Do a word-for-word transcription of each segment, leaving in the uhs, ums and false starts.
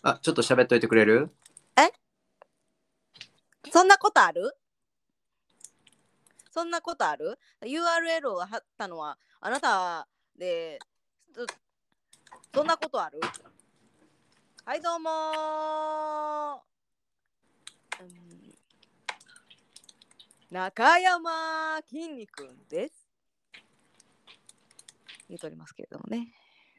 あ、ちょっと喋っといてくれる？ えそんなことあるそんなことある ?ユーアールエル を貼ったのはあなたで、そそんなことあるはい、どうもー、うん、中山きんに君です。言うとりますけれどもね。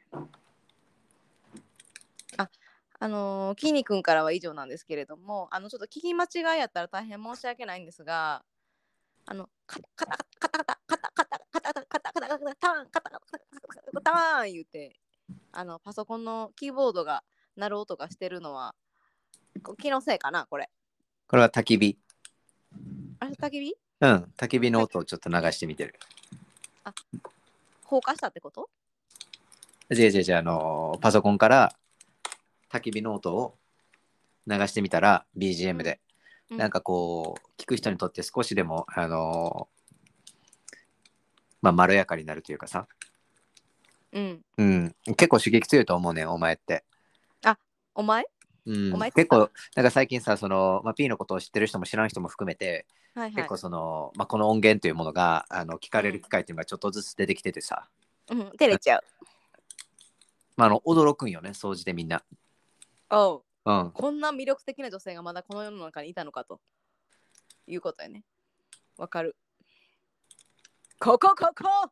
あ、あのー、きんに君からは以上なんですけれども、あの、ちょっと聞き間違いやったら大変申し訳ないんですが、あの、カタカタカタカタカタカタカタカタカタカタカタターンカタカタカタターン言うて、あの、パソコンのキーボードが鳴る音がしてるのは、気のせいかな、これ。 これは焚き火。 あれ、焚き火うん、焚き火の音をちょっと流してみてる。 あ、放火したってこと？ 違う違う違う、あのーパソコンから焚き火の音を流してみたら ビージーエム で、 うん、 なんかこう聞く人にとって少しでもあのーまあまろやかになるというかさ、 うん。 うん、結構刺激強いと思うねお前って。 あ、お前うん、 お前っつった？ 結構なんか最近さその、まあ、P のことを知ってる人も知らん人も含めてはいはい。 結構その、まあ、この音源というものがあの聞かれるうん、 機会っていうのがちょっとずつ出てきててさ、 うん、照れちゃう。 まあ、あの驚くんよね総じてみんな。 おう。 うん、 こんな魅力的な女性がまだこの世の中にいたのかということやね。わかる。ここここ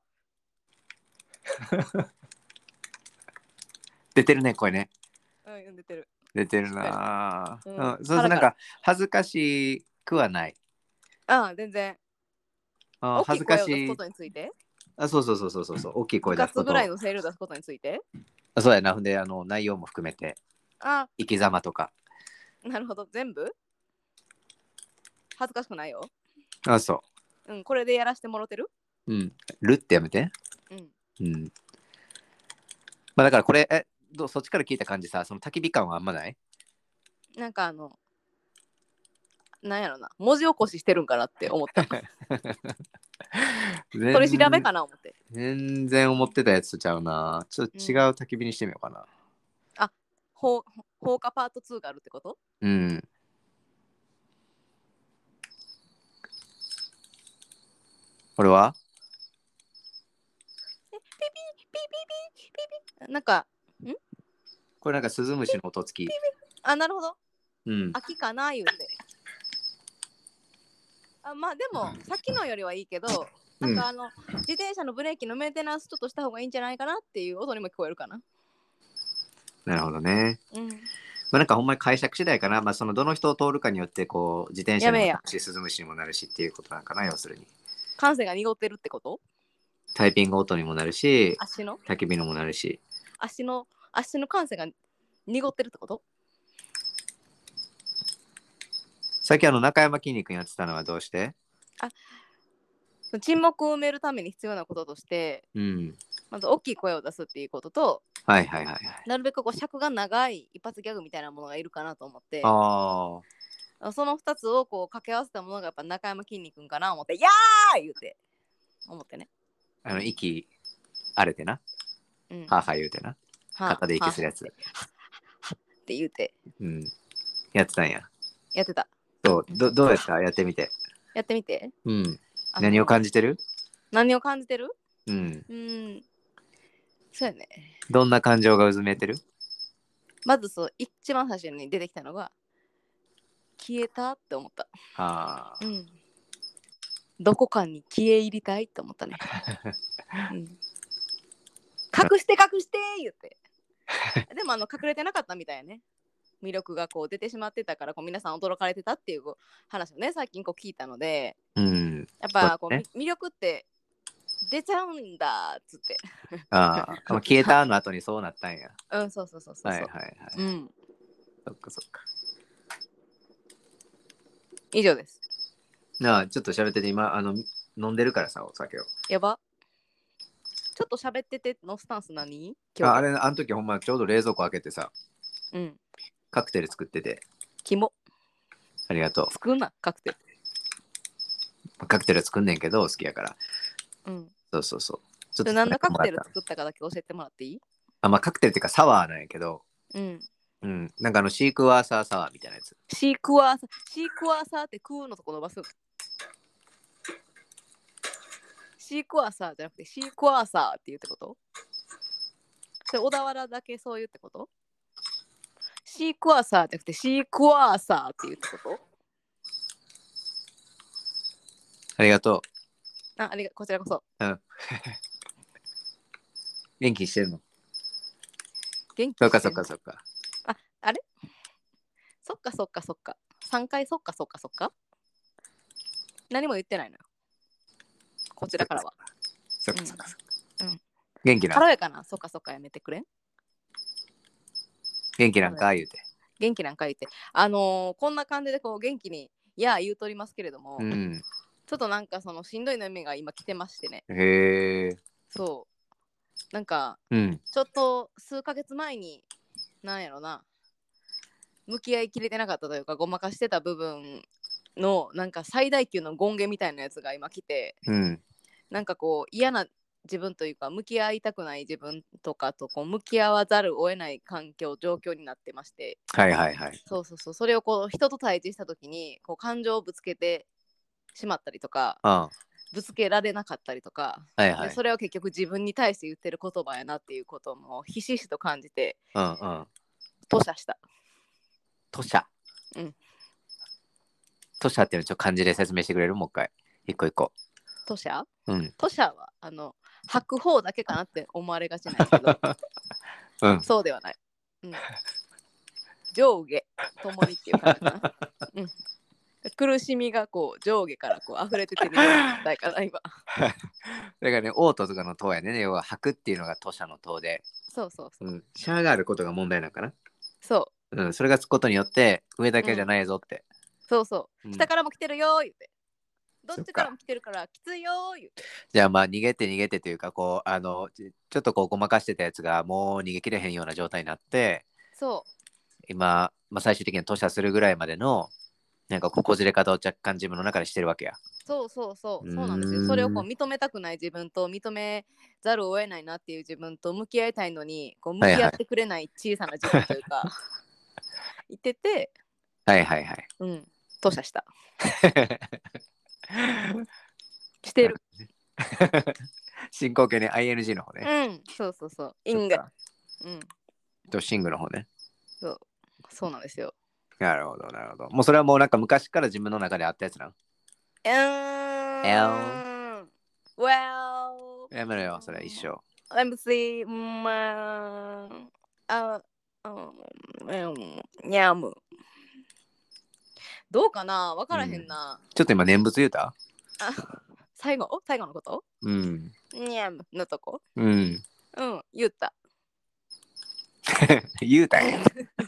出てるね声ね。 うん、読んでてる。 出てるな、 うん、 うん、そうそう腹からなんか恥ずかしくはない。 ああ、全然。 あ、 大きい恥ずか声を出すこしい。 とについて、 あ、そうそうそうそうそうそう、大きい部声出すこと。 活ぐらいの声量出すことについて。 あ、そうやな。ほんで、あの、内容も含めて、 あ生き様とか。 あ、なるほど。全部恥ずかしくないよ。 あ、そうん、これでやらしてもろてる。 う。うん。るってやめて。 うん。 うん。まあ、だからこれ、え、どうそっちから聞いた感じさ、その焚き火感はあんまない？ なんかあの、なんやろな。文字起こししてるんかなって思った。 全取り調べかな思って。 全然思ってたやつとちゃうな。ちょっと違う焚き火にしてみようかな。 あ、放放課パートツーがあるってこと？ うん。これはえ、ピピピピピピピ。なんか、んこれなんかスズムシの音付き。 あ、なるほど。 うん。 秋かな言うて。あ、まあでも、さっきのよりはいいけど、なんかあの、自転車のブレーキのメンテナンスちょっとした方がいいんじゃないかなっていう音にも聞こえるかな。 なるほどね。 うん。 まあ、なんかほんまに解釈次第かな。まあ、そのどの人を通るかによってこう自転車にもなやめや。 るしスズムシにもなるしっていうことなんかな、要するに。 感性が濁ってるってこと？ タイピング音にもなるし足の焚き火のもなるし。 足の足の感性が濁ってるってこと？ さっきあの中山きんに君やってたのはどうして？ あ、沈黙を埋めるために必要なこととして、 うん。 まず大きい声を出すっていうことと、 はいはいはいはい。 なるべくこう尺が長い一発ギャグみたいなものがいるかなと思って、 あそのふたつをこう掛け合わせたものがやっぱ中山きんに君かな思って、やー言うて思ってね。 あ、あの息荒れてな、 うん。 はあはあ言うてな、 は肩で息するやつ。 はって言うてうん。やってたんや。 やってた。 そうどどうやったやってみて。 やってみて。 うん。 あの何を感じてる？ 何を感じてる？ うん。 うーん、そうやね。 どんな感情が渦めいてる？ まずそう一番最初に出てきたのが消えたって思った。 ああ。 うん。どこかに消え入りたいって思ったね。うん、隠して隠して言ってでもあの隠れてなかったみたいやね。魅力がこう出てしまってたからこう皆さん驚かれてたっていう話をね最近こう聞いたので、 うん。 やっぱこう、 ね、 魅力って出ちゃうんだっつってああ、消えたの後にそうなったんや。 うん、そうそうそうそうそう、 はいはいはい。 うん、 そっかそっか。 以上です。 なあ、ちょっと喋ってて今、あの、飲んでるからさ、お酒を。 やば、ちょっと喋っててのスタンス何今日？ ああれ、あの時ほんまちょうど冷蔵庫開けてさ、 うん、 カクテル作ってて。 キモ。 ありがと作んなカクテル。 う。カクテル作んねんけど、好きやから。 うん。 そうそうそう。ちょっと何のカクテルもらった。 作ったかだけ教えてもらっていい？ あ、まあカクテルっていうかサワーなんやけど、 うん。 うん。なんかあのシークワーサーサワーみたいなやつ。 シークワーサー、シークワーサーって空のとこ伸ばすの。シークワーサーじゃなくてシークワーサーって言うってこと？それ小田原だけそう言うってこと？シークワーサーじゃなくてシークワーサーって言うってこと？ ありがとあ、ありがこちらこそ。 う。うん。元気してるの？ 元気そっかしてんの？ そっかそっか。 あ、あれそっかそっかそっか。さんかいそっかそっかそっか。何も言ってないのよ。こちらからは。 そっかそっかそっか。 うん。うん、 元気な軽やかな、そっかそっかやめてくれん？ 元気なんか言うて。 元気なんか言って。あのーこんな感じでこう元気に、いや言うとりますけれども、 うん。 ちょっとなんかそのしんどい波が今来てましてね。 へえ。 そう。なんか、 うん。 ちょっと数ヶ月前に、なんやろな、向き合いきれてなかったというか、ごまかしてた部分の、なんか最大級の権限みたいなやつが今来て、 うん。 なんかこう、嫌な自分というか、向き合いたくない自分とかとこう向き合わざるを得ない環境、状況になってまして、 はいはいはい。 そうそうそう、それをこう、人と対峙したときに、こう、感情をぶつけてしまったりとか、 うん。 ぶつけられなかったりとか、 はいはい。 でそれを結局自分に対して言ってる言葉やなっていうこともひしひしと感じて、 うんうん。 吐射した。 吐射。 うん。 吐射っていうのちょっと漢字で説明してくれる？もう一回。一個一個。 吐射？ うん。 吐射はあの吐く方だけかなって思われがちなんやけど、 うん。 そうではない。うん、上下ともにっていう感じかな。うん。苦しみがこう上下からこう溢れててるような状態かな今。 だからね、オートとかの塔やね。要は吐くっていうのが吐射の塔で、 そうそうそう。 うん、シャアがあることが問題なのかな。 そう。 うん、それがつくことによって上だけじゃないぞって。 そうそう。 うん下からも来てるよー言って。どっそっかちからも来てるからきついよー言って。 じゃあまあ逃げて逃げてというかこうあのちちょっとこうごまかしてたやつがもう逃げきれへんような状態になってそ今、まあ、最終的に吐射するぐらいまでのなんかこうこじれ方を若干自分の中でしてるわけや。 うそうそうそううそうなんですよ。それをこうーん認めたくない自分と認めざるを得ないなっていう自分と向き合いたいのにこう向はいはいき合ってくれない小さな自分というかいてて、 はいはいはいうん、吐射した。してる。 進行形に アイエヌジー の方うね。 ん、そうそうそう。イング。 そっかうん、 とシングの方ね。 そうそうなんですよ。 なるほどなるほど。もうそれはもうなんか昔から自分の中であったやつなの。 うえーん。Well, やめろよそれ一生。 let me see. まあ、あ、うん、にゃむ。どうかなわからへんな。 ちょっと今念仏言うた？ あ、最後最後のことうんにゃむのとこうんうん、言った。 言うたんや。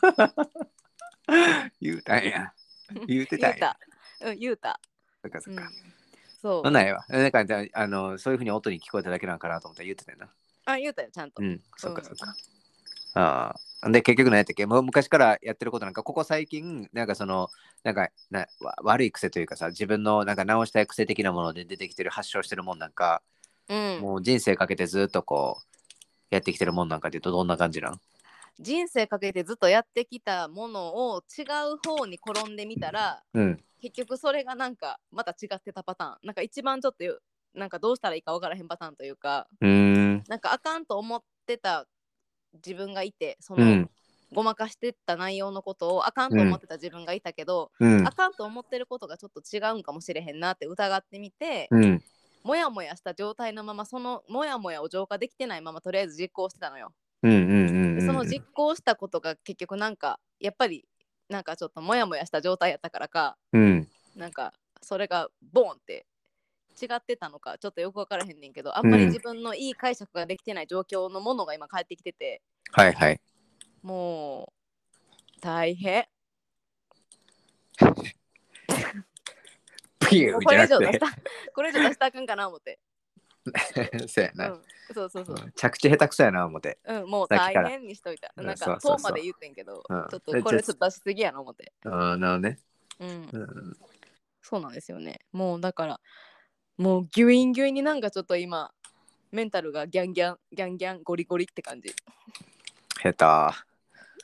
言うたんや。言うてたんや。 言った。うん、言うた。うん、 そっかそっか。 そう。 そんなんやわ。なんかじゃあ、あのそういうふうに音に聞こえただけなのかなと思ったら言ってたよな。 あ、言うたよ、ちゃんと。 うん、そっかうんそっか。ああ。で、結局何やったっけ？もう昔からやってることなんか、ここ最近、なんかその、なんかなわ悪い癖というかさ、自分のなんか直したい癖的なもので出てきてる、発症してるもんなんか、 うん。 もう人生かけてずっとこう、やってきてるもんなんかっていうとどんな感じなん？ 人生かけてずっとやってきたものを違う方に転んでみたら、 うん。 結局それがなんかまた違ってたパターン。なんか一番ちょっとよなんかどうしたらいいか分からへんパターンというか、 うーん。 なんかあかんと思ってた自分がいて、その、 うん。 ごまかしてった内容のことをあかんと思ってた自分がいたけど、 うんあ。かんと思ってることがちょっと違うんかもしれへんなって疑ってみて、 うん。 もやもやした状態のままそのもやもやを浄化できてないままとりあえず実行してたのよ。 うん。うん。うん。 でその実行したことが結局なんかやっぱりなんかちょっとモヤモヤした状態やったからか、 うん。 なんかそれがボーンって違ってたのかちょっとよく分からへんねんけど、あんまりうん自分のいい解釈ができてない状況のものが今返ってきてて、 はいはい。 もう大変。 ピューもうこじゃなくて。 れ以上出したこれ以上出したらあかんかな思って。 そうやな。 うん、そうそうそう。 うん着地下手くそやな思って。 うん、もう大さっきから。 変にしといた。 うんなんか、 そうそうそう遠まで言ってんけど、 うんちょっとこれちょっと出しすぎやな思って。 ああ、なるほどね。 うん、 うん。 そうなんですよね。もうだから、もうギュインギュインになんかちょっと今、メンタルがギャンギャン、ギャンギャン、ゴリゴリって感じ。 下手。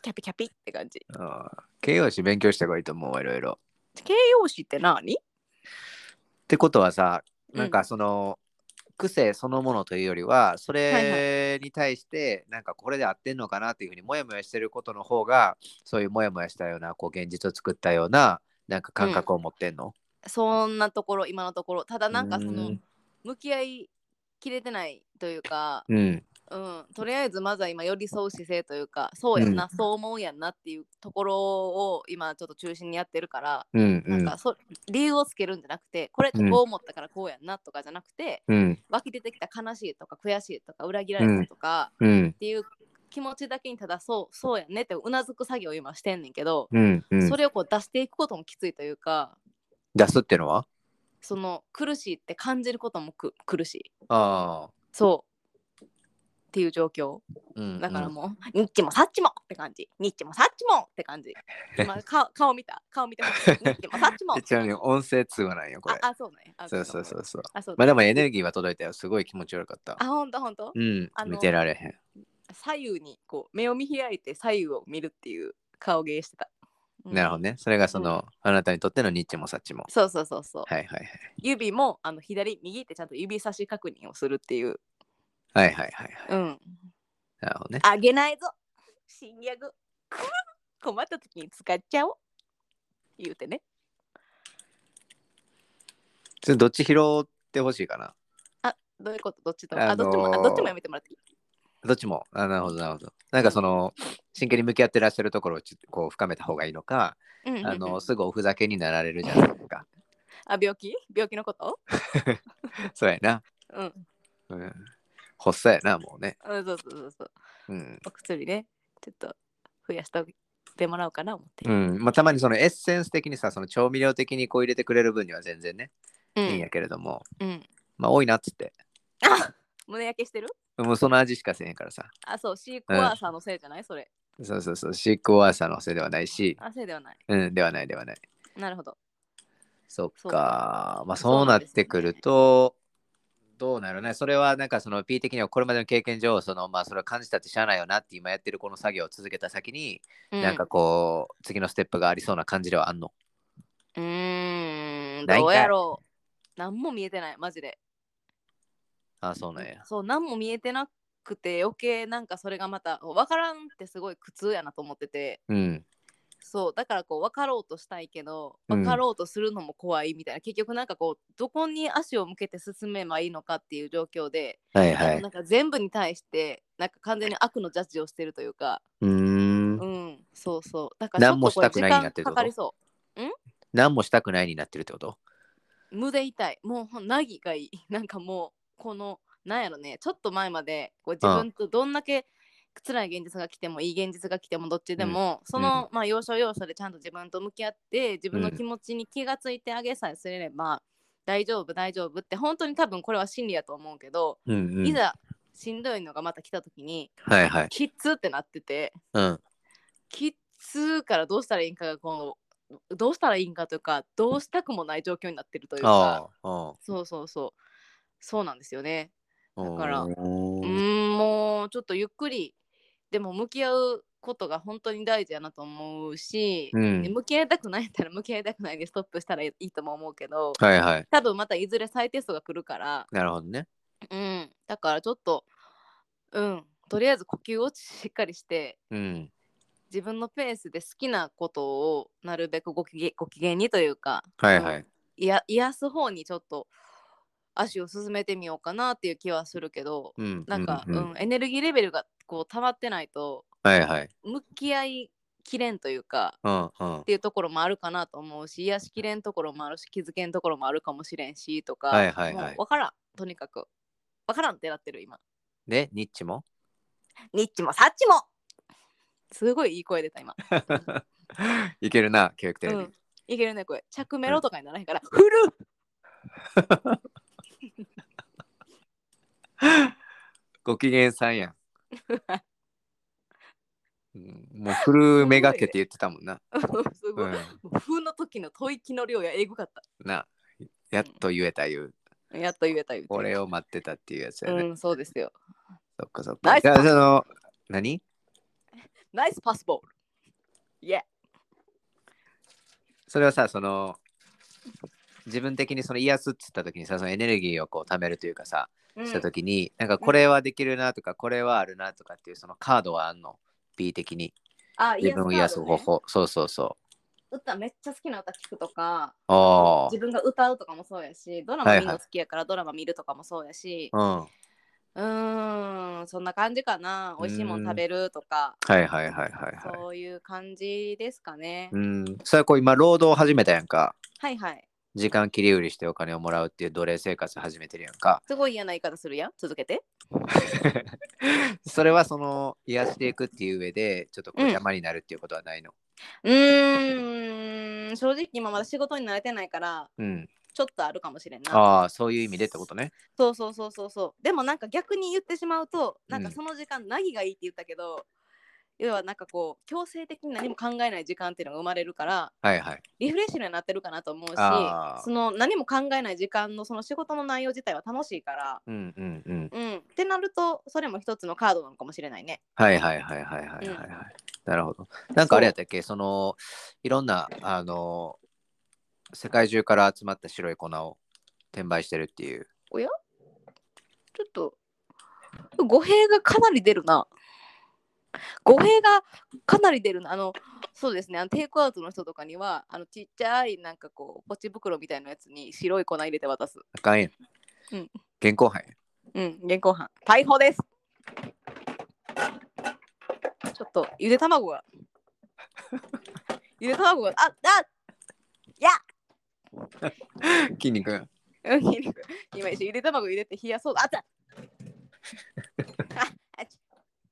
キャピキャピって感じ。 ああ、形容詞勉強した方がいいと思うわ、いろいろ。 形容詞って何？ ってことはさ、 うんなんかその、癖そのものというよりは、そはいはい。 れに対してなんかこれで合ってんのかなっていうふうにモヤモヤしてることの方が、そういうモヤモヤしたようなこう現実を作ったようななんかうん。 感覚を持ってんの。 そんなところ、今のところ。ただうなんかその、 ーん。 向き合いきれてないというか、 うん。 うん、とりあえずまずは今寄り添う姿勢というか、そううん。 やんな、そう思うやんなっていうところを今ちょっと中心にやってるから、 うんうんなんかそ理由をつけるんじゃなくて、これってうんこう思ったからこうやんなとかじゃなくて、 うん湧き出てきた悲しいとか悔しいとか裏切られたうんとかうんっていう気持ちだけにただそうそうやんねってうなずく作業を今してんねんけど、 うんうん。 それをこう出していくこともきついというか、 出すってのは？ その苦しいって感じることもく苦しい。 ああ。 そうっていう状況。 うんだからうん。 もう、ニッチもサッチもって感じ。ニッチもサッチもって感じ。今、か顔見た顔見てほしい。ニッチもサッチも。 えちなみに音声通話なんよ、こあ、 れ。 あ、そうね。あ、 そうごめんごめん。 そうそうそう。 あ、そうまあでもエね。 ネルギーは届いたよ。すごい気持ち悪かった。 あ、ほんとほんと。 うん。 あの、 見てられへん。 左右にこう目を見開いて左右を見るっていう顔芸してた。うん、 なるほどね。それがその、 うん、 あなたにとってのニッチもサッチも。 そうそうそうそう。 はいはいはい。 指もあの左、右ってちゃんと指差し確認をするっていう。 はいはいはいはい。 うん。 なるほどね。 あげないぞ。新ギャグ。困った時に使っちゃおう。言うてね。 それどっち拾ってほしいかな。 あ、どういうことどっちとも、 あのーあ、どっちも、あ、どっちもやめてもらっていい？ どっちも。あ、なるほどなるほど。なんかその、真剣に向き合ってらっしゃるところをちょっとこう深めた方がいいのか、 うんうんうん、 あの、すぐおふざけになられるじゃないですか。 あ、病気病気のこと？ そうやな。 うん。 うん。発作やな、もうね。 うん、そうそうそうそう。 うん。 お薬ね、ちょっと増やしておいてもらおうかな思って。 うん。まあ、たまにそのエッセンス的にさ、その調味料的にこう入れてくれる分には全然ね、 うん。 いいんやけれども、 うん。 まあ、多いなっつって。 あ、胸焼けしてる？ もうその味しかせへんからさ。 あ、そう、シークワーサーのせいじゃないそれ。 そうそうそう、シークワーサーのせいではないし、 あ、せいではない。 うん、ではないではない。 なるほど。 そっそうか。まあ、 そそうなっうなんですよねてくると、どうなるね。それはなんかその P 的にはこれまでの経験上、そのまあそれを感じたってしゃあないよなって今やってるこの作業を続けた先に、 うん。 なんかこう、次のステップがありそうな感じではあんの。 うーん、 ないんかい。 どうやろう。何も見えてない、マジで。 あ、そうなんや。 そう、何も見えてなくて余計なんかそれがまた分からんってすごい苦痛やなと思ってて、 うん。 そうだからこう分かろうとしたいけどうん分かろうとするのも怖いみたいな、結局なんかこうどこに足を向けて進めばいいのかっていう状況で、 はいはい。 なんか全部に対してなんか完全に悪のジャッジをしてるというか、 うーん。 うん、そうそうだからちょっとこれ時間かかりそう。ん何もしたくないになってるってこと？ 無でいたい、もうほんなぎがいい。なんかもうこのなんやろね、ちょっと前までこう自分とどんだけ辛い現実が来てもいい現実が来てもどっちでも、 うんその、まあ要所要所でちゃんと自分と向き合って自分のうん気持ちに気がついてあげさえすれば、大丈夫大丈夫って本当に多分これは真理やと思うけど、 うんうん。 いざしんどいのがまた来た時にはいはい。 きっつってなってて、 うん。 きっつからどうしたらいいんかがこのどうしたらいいんかというか、どうしたくもない状況になってるというか、 ああ。あそうそうそうそうなんですよね。 あ。 だからうーおーんもうちょっとゆっくりでも向き合うことが本当に大事やなと思うし、 うんで向き合いたくないんやったら向き合いたくないでストップしたらいいとも思うけど、 はいはい。 多分またいずれ再テストが来るから、 なるほどね。 うん、だからちょっとうんとりあえず呼吸をしっかりしてうん。 自分のペースで好きなことをなるべくご機嫌ご機嫌にというか、 はいはい。 うんいや癒す方にちょっと足を進めてみようかなっていう気はするけど、 うんなんか、 うんうん。 うん、エネルギーレベルがこう溜まってないとはいはい。 向き合いきれんというかうんうんっ。ていうところもあるかなと思うし、癒しきれんところもあるし気づけんところもあるかもしれんしとか、 はいはいはい。 もう分からん、とにかく分からんってなってる今。 で、ニッチもニッチもサッチもすごいいい声出た今。 いけるな、教育テレビ。 うん、いけるねこれ。着メロとかにならへんから、フルご機嫌さんやん。うん、もうフルめがけて言ってたもんな。 すごい。 うん、 もう風の時の吐息の量やえぐかった。 な、やっと言えた言う。 やっと言えた言うて。 これを待ってたっていうやつやね。 うん、そうですよ。 そっかそっか。 ナイスパスじゃあ、その、何ナイスパスボール。 いや、 それはさ、その自分的にその癒すっつった時にさ、そのエネルギーをこう貯めるというかさ、したうん。 時に、なんかこれはできるなとか、これはあるなとかっていうそのカードはあんの？ B 的に。 あ、イエス自分を癒すカードね。 方法。そうそうそ歌めっちゃ好きな歌聞くとか、 う。 あとあ自分が歌うとかもそうやし、ドラあ。はいはい。 マ見るの好きやからドラマ見るとかもそうやし、 うん。ううーん、そんな感じかな。美味しいもんーん。 食べるとか、 はいはいはいはいはい。 そういう感じですかね。 うん。それはこう今、労働を始めたやんか。 はいはい。 時間切り売りしてお金をもらうっていう奴隷生活始めてるやんか。 すごい嫌な言い方するやん。続けて。 それはその癒していくっていう上で、ちょっとこううん。 邪魔になるっていうことはないの？ うーん、正直今まだ仕事に慣れてないから、 うん。 ちょっとあるかもしれんな。 ああ、そういう意味でってことね。 そうそうそうそうそう。でもなんか逆に言ってしまうと、なんかうんその時間、なぎがいいって言ったけど、要はなんかこう、強制的に何も考えない時間っていうのが生まれるから、 はいはい。 リフレッシュにはなってるかなと思うし、 ああ。 その何も考えない時間のその仕事の内容自体は楽しいから、 うんうんうん。 うん。ってなると、それも一つのカードなのかもしれないね。 はいはいはいはいはいはい、はいうんなるほど。なんかあれやっそたっけ、その、いろんな、あの、世界中から集まった白い粉を転売してるっていう。 う。おやちょっと、語弊がかなり出るな。語弊がかなり出るな。あの、そうですね。あのテイクアウトの人とかには、あのちっちゃいなんかこう、ポチ袋みたいなやつに白い粉入れて渡す。 あかんやん。 うん。 現行犯やん。 うん、現行犯。逮捕です。ちょっと、ゆで卵が。ゆで卵が。あ、あいや筋肉。 うん筋肉今一緒ゆで卵入れて冷やそう。あったああち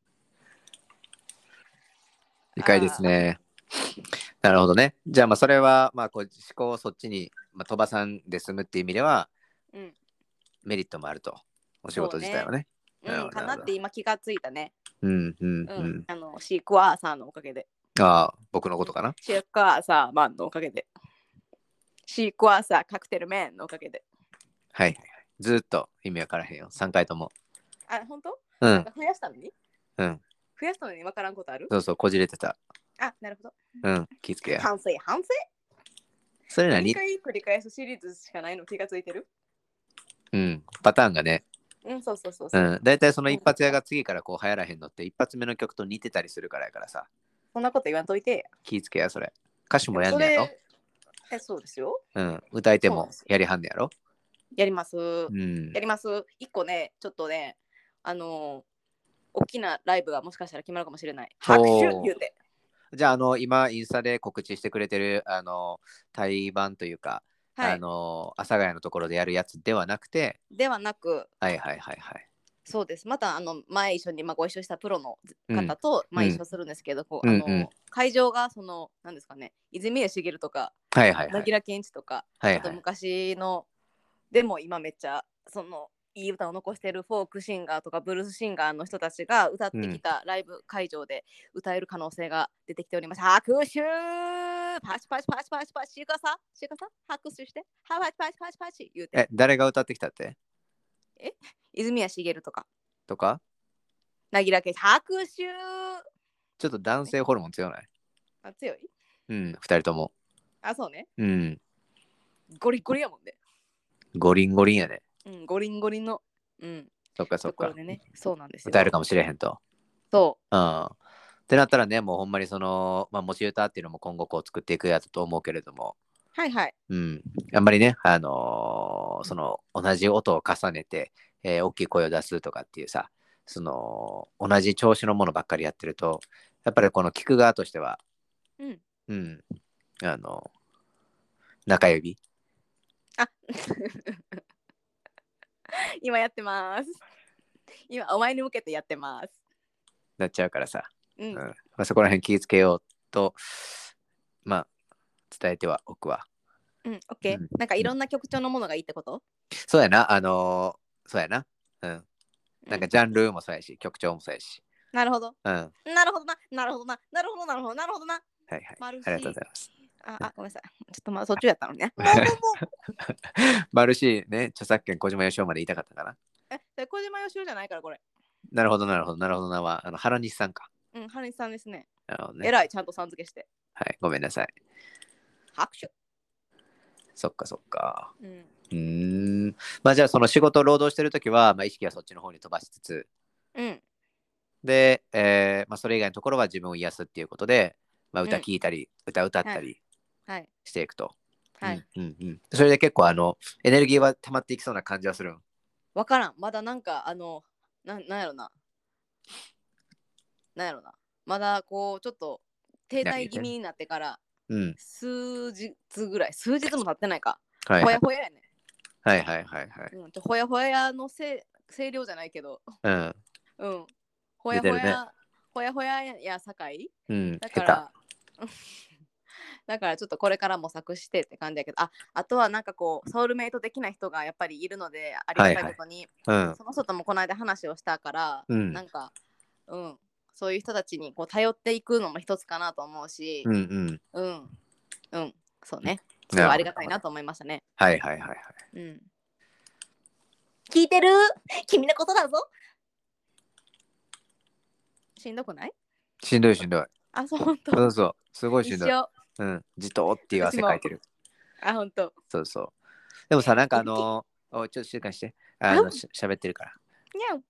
理解ですね。なるほどね。じゃあまあそれはまあこう思考をそっちに、まあ、飛ばさんで済むっていう意味ではうんメリットもあると。お仕事そうね自体はね。なるうんかなっほどなるほど。 て今気がついたねうんうんううんん。 あのシークワーサーのおかげでああ、僕のことかな。 シークワーサーマンのおかげでシークワーサーカクテルメンのおかげではいはいはい。ずーっと意味わからへんよ。さんかいとも。 あ本当うんなんか増やしたのにうん。 増やしたのに分からんことあるそうそう、こじれてた。 あなるほどうん、気付けや。 反省反省それ何？ 何回繰り返すシリーズしかないの気がついてるうん、パターンがね。 うんそうそうそうそう、 うん、だいたいその一発屋が次からこう流行らへんのって一発目の曲と似てたりするからやからさ。 そんなこと言わんといて気付けや、それ。歌手でもやんねやろ？ もそれえそうですようん、歌い手そうなんですよもやりはんねやろ？ やりますうんや。ります一個ねちょっとねあのー大きなライブがもしかしたら決まるかもしれない拍手おー言うてじゃあ、あの、今、インスタで告知してくれてる、あの、対バンというか、あはいの、阿佐ヶ谷のところでやるやつではなくて、 ではなくはいはいはいはい。 そうですまたあの前一緒に、まあ、ご一緒したプロのうん方と、まあ、 うん一緒するんですけど、こううんあのうん会場がその何ですかね泉谷しげるとかはいはいはい。 凪良健一とか、 はいはい。 あと昔のでも今めっちゃそのいい歌を残してるフォークシンガーとかブルースシンガーの人たちが歌ってきたライブ会場で歌える可能性が出てきております。拍手パチパチパチパチパチシーカサシーカサ拍手してパチパチパチパチ言うてえ、誰が歌ってきたって？ 泉谷しげるとかとか凪良健一拍手ちょっと男性ホルモン強ない？ あ強いうん、二人とも。 あそうねうん、 ゴリゴリやもんねゴリンゴリンやで。 うんゴリンゴリンのうんそっかそっか。 ところでねそうなんですよ歌えるかもしれへんと。 そうん。ってなったらね、もうほんまにその、まあ、持ち歌っていうのも今後こう作っていくやつと思うけれども、 うはいはいうん。あんまりね、あのーその、同じ音を重ねて、えー大きい声を出すとかっていうさ、その、同じ調子のものばっかりやってると、やっぱりこの聞く側としては、 うんうん、あの、中指、 あ今やってます今お前に向けてやってますなっちゃうからさ、 うん、 うんまあ、そこら辺気をつけようと、まあ、伝えてはおくわ。 うん、オッケー、 うんなんかいろんな曲調のものがいいってこと、 そうやな、あのーそうやな。うん。なんかジャンルもそうやし、曲調もそうやし。 なるほど。 うん。はなるほどな。なるほどな。なるほどなるほどなるほどな。 いはい。あマルシりがとうございます。 あ、あ、ごめんなさい。ちょっとまあそっちやったのにね。もうもうもう。 マルシーね、著作権小島よしおまで言いたかったかな。 え、それ小島よしおじゃないからこれ。 なるほどなるほどなるほどなは、あの原西さんか。 うん、ハニさんですね。 なるほどね。 えらい、ちゃんとさん付けして。 はい、ごめんなさい。 拍手。 そっかそっか。 うん。 うーん。まあじゃあその仕事労働してるときは、まあ、意識はそっちの方に飛ばしつつ、 うん。 で、えーまあ、それ以外のところは自分を癒すっていうことで、まあ、歌うん聴いたり、歌歌っはい。 たりはい。 していくと。 はい。 うんうんうん。それで結構あのエネルギーは溜まっていきそうな感じはするん。 わからん。まだなんか、あの、ななんやろな。なんやろな。まだこう、ちょっと停何滞気味になってから、 うん。 数日ぐらい、数日も経ってないか。 はいはいほやほややね。 はいはいはいはい。 うん、ちょほやほやのせ声量じゃないけど、 うん。 うん。ほや出てるね。 ほや、ほやほややさかいうん。下だから、だからちょっとこれから模索してって感じやけど、あ、あとはなんかこう、ソウルメイト的な人がやっぱりいるので、あ手。 りがはいはい。 たいことに、 うん。 その人ともこの間話をしたから、 うんなんか、うん、そういう人たちにこう頼っていくのも一つかなと思うし、 うんうん。 うん、うん、そうね。すごいあなるほど。 りがたいなと思いましたね。 はいはいはいはい。 うん。聞いてる君のことだぞ。しんどくないしんどいしんどい。 あ、そう、ほんと。 そうそう。すごいしんどい。 一緒。 うん。じとっていう私も。 汗かいてる。 あ、ほんと。 そうそう。でもさ、なんかあおびき。 のー、おちょっと静かにして。あうんの、しゃべってるから。 にゃん。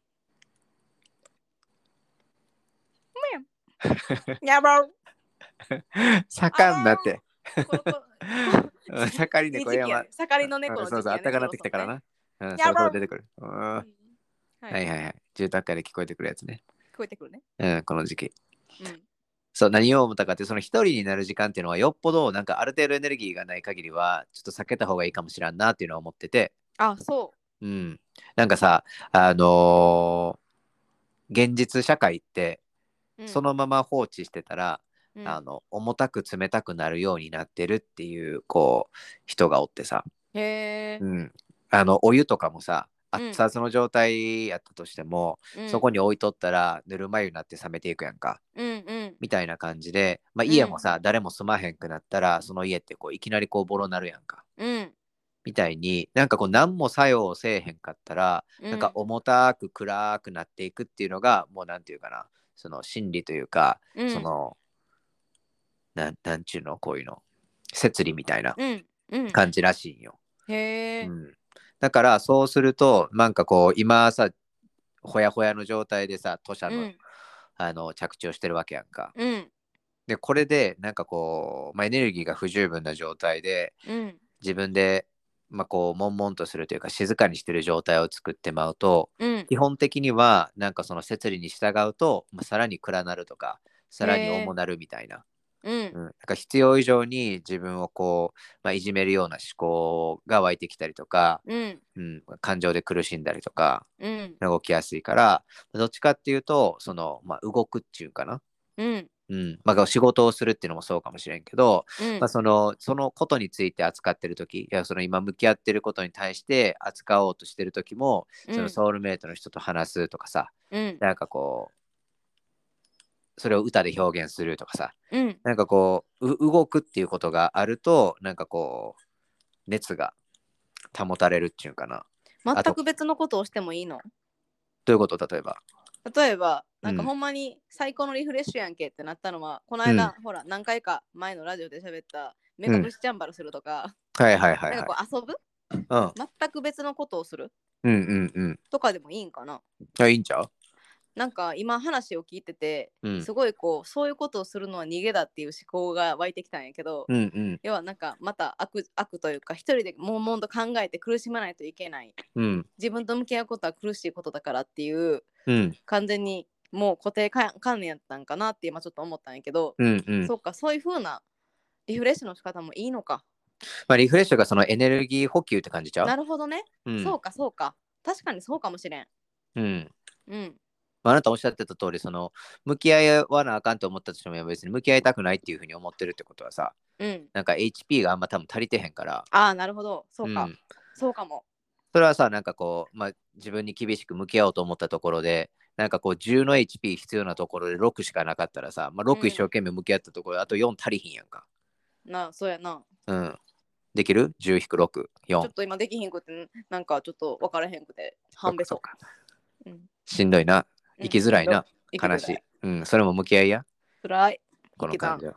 にゃばう。 盛んなって。 この子、 うん盛りいい猫山。 時期やね。盛りの猫うんそうそう、 の時期やね。 暖かなってそろそろね。 きたからな。うん、そろそにゃばう。 ろ出てくる。うん。はうんはい。 いはいはい。住宅街で聞こえてくるやつね。 聞こえてくるね。 うん、この時期。 うん。 そう、何を思ったかって、その一人になる時間っていうのは、よっぽど、なんかある程度エネルギーがない限りは、ちょっと避けた方がいいかもしれんなっていうのは思ってて、 あ、そうん。なんかさ、あのー現実社会って、 う。うん。 そのまま放置してたら、 うん。 あの、重たく冷たくなるようになってるっていう、こう、人がおってさ、 へえ。 うん。あの、お湯とかもさ、熱うん。 々の状態やったとしても、 うん。 そこに置いとったら、ぬるま湯になって冷めていくやんか。 うん。うん。 みたいな感じで、まあ、 うん。 家もさ、誰も住まへんくなったら、その家ってこういきなりこうボロなるやんか。 うん。 みたいに、なんかこう何も作用せえへんかったら、なんかうん。 重たく暗くなっていくっていうのが、もうなんていうかな、その心理というか、 うん。 その、なんなんちゅうの、こういうの、摂理みたいなうん。うん。 感じらしいんよ。 へえ。 うん。だからそうすると、なんかこう、今さ、ほやほやの状態でさ、土砂の、 うん。 あの着地をしてるわけやんか。 うん。 で、これで、なんかこう、まあ、エネルギーが不十分な状態で、 うん。 自分で、まあ、こう、悶々とするというか、静かにしてる状態を作ってまうと、 うん。 基本的には、なんかその摂理に従うと、まあ、さらに暗なるとか、さへらに重え。 なるみたいな。 うん。 うん、なんか必要以上に自分をこう、まあ、いじめるような思考が湧いてきたりとか、 うん。 うん、感情で苦しんだりとか、 うん。 動きやすいから、どっちかっていうと、その、まあ、動くっていうかな。 うん。 うんまあ、仕事をするっていうのもそうかもしれんけど、まあ、 うん。 そのそのことについて扱ってる時いやその今向き合ってることに対して扱おうとしてる時もそのうん。 ソウルメイトの人と話すとかさうん。 なんかこうそれを歌で表現するとかさうん。 なんかこうう動くっていうことがあるとなんかこう熱が保たれるっていうかなあと全く別のことをしてもいいの？ どういうこと例えば例えば、なんかうんほんまに最高のリフレッシュやんけってなったのは、このうん間、ほら、何回か前のラジオで喋った目うん隠しチャンバルするとか、 はいはいはいなんはいかこう遊ぶうん全く別のことをするうんうんうんとかでもいいんかな。 あいいんちゃうなんか今話を聞いてて、 うんすごいこう、そういうことをするのは逃げだっていう思考が湧いてきたんやけど、 うんうん要はなんかまた悪悪というか、一人で悶々と考えて苦しまないといけない。 うん自分と向き合うことは苦しいことだからっていう、 うん完全にもう固定観念やったんかなって今ちょっと思ったんやけど、 うんうんそっか、そういう風なリフレッシュの仕方もいいのか。 まあ、リフレッシュがそのエネルギー補給って感じちゃうなるほどね。 うん。 そうか、そうか。確かにそうかもしれん。 うん。 うん。 まああなたおっしゃってた通り、その、向き合いはなあかんと思ったとしても、別に向き合いたくないっていうふうに思ってるってことはさ、 うん。 なんか エイチピー があんま多分足りてへんから、 ああ、なるほど。そうか。 うん。 そうかも。 それはさ、なんかこう、まあ、自分に厳しく向き合おうと思ったところで、なんかこう、じゅうの エイチピー 必要なところでろくしかなかったらさ、まあ、ろく一生懸命向き合ったところで、あとよん足りひんやんか。 な、そうやな。 うん。できる ?じゅう ろく、よん。 ちょっと今できひんくて、なんかちょっと分からへんくて、 そ半べそ。 っかそっか。 うん。 しんどいな。 うん、 生きづらいな。 しんどい。生きづらい。 悲しい。うん。それも向き合いや。 つらい。 この感じは。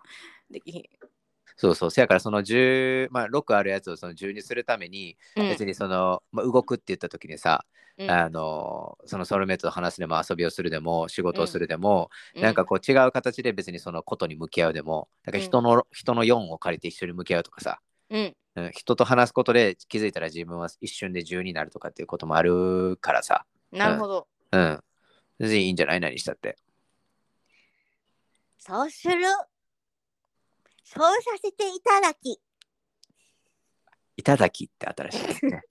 できひん。 そうそう。せやからそのじゅう、まあ、ろくあるやつをそのじゅうにするために、 うん別にその、まあ、動くって言った時にさ、 うんあのそのソウルメイトと話すでも遊びをするでも仕事をすうんるでも、 うんなんかこう違う形で別にそのことに向き合うでも、なんかうん人の、人のよんを借りて一緒に向き合うとかさ、 うんうん、人と話すことで気づいたら自分は一瞬でじゅうになるとかっていうこともあるからさ、うん、 なるほど。 うん。全然いいんじゃない？何したって。 そうする。そうさせていただき。 いただきって新しいですね。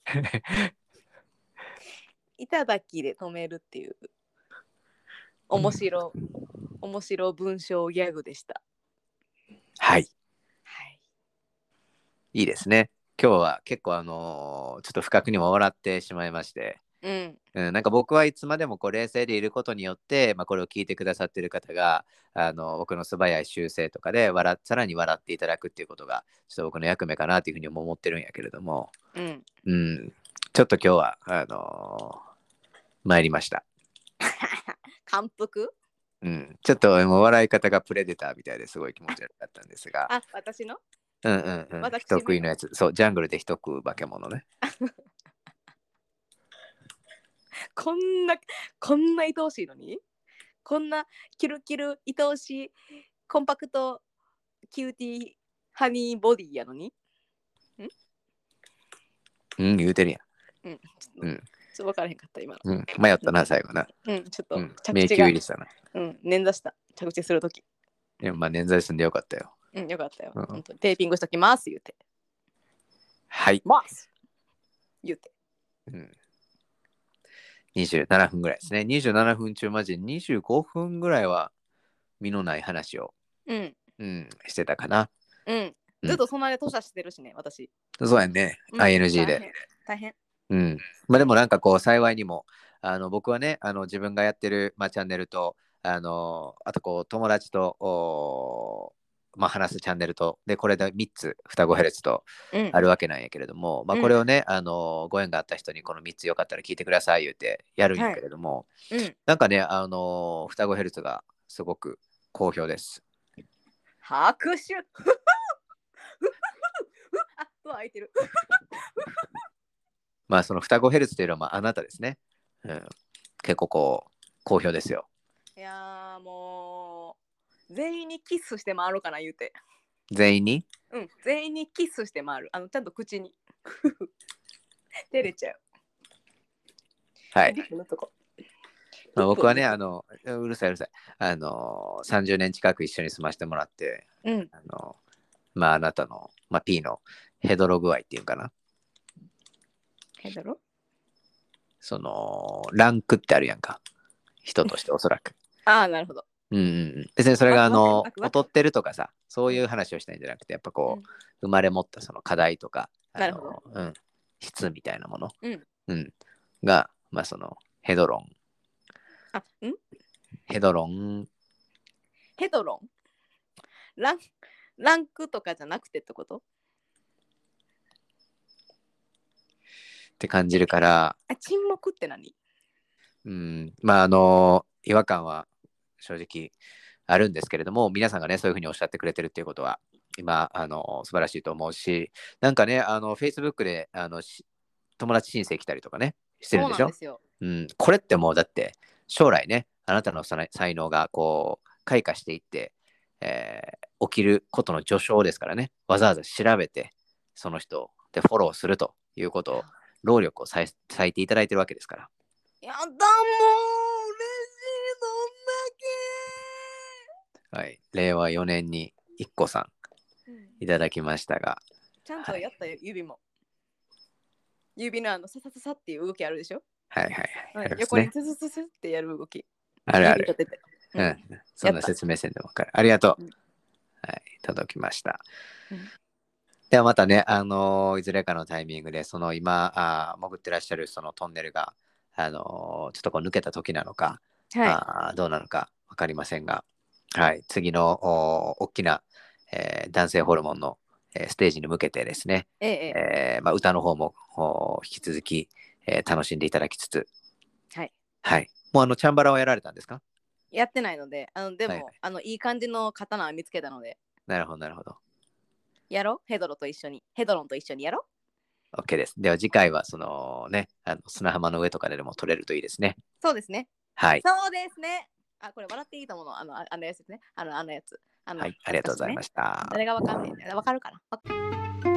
いただきで止めるっていう面白、面白文章ギャグでした。 はい。 はい。 いいですね。今日は結構あのーちょっと不覚にも笑ってしまいまして、 うんうん、なんか僕はいつまでもこう冷静でいることによって、まあ、これを聞いてくださっている方があの僕の素早い修正とかで笑さらに笑っていただくっていうことがちょっと僕の役目かなというふうにも思ってるんやけれども、 うんうん、ちょっと今日はあのー参りました。 感服。 うん、ちょっともう笑い方がプレデターみたいですごい気持ち悪かったんですが、 あ、私のうんうんうん、 私人食いのやつ、そう、ジャングルで人食う化け物ね。 こんなこんな愛おしいのに、こんなキルキル愛おしいコンパクトキューティーハニーボディやのに。 うん言うてるやうん、ちょっと、 ん。うん、 ちょっと分からへんかった今の。 うん、迷ったな最後な。 うん、ちょっとうん、迷着地が、 宮入りしたな。 うん、捻挫した。着地するとき。 いやまあ捻挫済んでよかったよ。 うん、よかったよ。 うん、 本当にテーピングしときます言うて。 はい、 ます言うて。 うん。にじゅうななふんぐらいですね。にじゅうななふん中マジでにじゅうごふんぐらいは身のない話を、 うん、 うん、してたかな。 うん。 うんずっとそんなで吐射してるしね、私。 そうやね、 うん、 アイエヌジー で。 大変。大変。 うん。まあでもなんかこう幸いにもあの僕はねあの自分がやってる、まあ、チャンネルとあのあとこう友達とおまあ、話すチャンネルとでこれでみっつ双子ヘルツとうんあるわけなんやけれども、まあ、 うんこれをね、あのご縁があった人にこのみっつよかったら聞いてください言うてやるんやはいけれども、 うん。 なんかねあの双子ヘルツがすごく好評です。 拍手あ、ドア開いてる。 まあその双子ヘルツというのはまああなたですね、うん、結構こう好評ですよ。 いやーもう全員にキスして回ろうかな言うて。 全員にうん、全員にキスして回る。あのちゃんと口に。照れちゃう。 はい。 リップのとこ。 まあ、僕はね、あの、うるさいうるさい。あの、さんじゅうねん近く一緒に住ませてもらって、 うん。 あの、まあ、あなたの、まあ、P のヘドロ具合っていうかな。 へだろ。 その、ランクってあるやんか。人としておそらく。 ああ、なるほど。 うんうんうん。別にそれが、あのわくわくわ、く劣ってるとかさ、そういう話をしたいんじゃなくて、やっぱこう、 うん生まれ持ったその課題とか、あなるほの、うん、質みたいなもの、 うん。 うん、が、まあ、その、ヘドロン、 あ、んヘドロン、 ヘドロンランランクとかじゃなくてってこと？ って感じるから、 あ、沈黙って何？ うん、まああの違和感は正直あるんですけれども、皆さんがねそういうふうにおっしゃってくれてるっていうことは今あの素晴らしいと思うし、なんかねあの Facebook であの友達申請来たりとかねしてるんでしょ。 そうなんですよ。 うん、これってもうだって将来ねあなたの才能がこう開花していって、えー、起きることの序章ですからね、わざわざ調べてその人でフォローするということを労力を割いていただいてるわけですから。 やだもう嬉しい、 はい、れいわよねんにいっこさんどんだけ、 いただきましたが、 ちゃんとやったよ、指も。指のあのササササっていう動きあるでしょ。 はいはいはい、 はい、 あります横にね。 ツツツツってやる動き。 あるある。 指立てて。 うん、 うんそんな説明線でもわかる。ありがとう。 うんはい、届きました。 うんではまたね、あのーいずれかのタイミングで、その今あ潜ってらっしゃるそのトンネルが、あのーちょっとこう抜けた時なのか、 はい。 あどうなのか分かりませんが、はい、次のお大きな、えー男性ホルモンの、えーステージに向けてですね、 えええええーまあ、歌の方もお引き続き、えー楽しんでいただきつつ、 はい。 はい、もうあのチャンバラはやられたんですか？ やってないので、あのでも、 はいあのいい感じの刀を見つけたので、 なるほど、なるほど。 やろうヘドロと一緒に。ヘドロンと一緒にやろ OK です。では次回はそのね、あの砂浜の上とかでも撮れるといいですね。 う。そうですね。 はい。 そうですね。あ、これ笑っていいと思うの。あの、ああのやつですね。あの、あのやつ。あの、 はい、ありがとうござい懐かしね。 ました。 誰がわかんねえ。わかるかなわ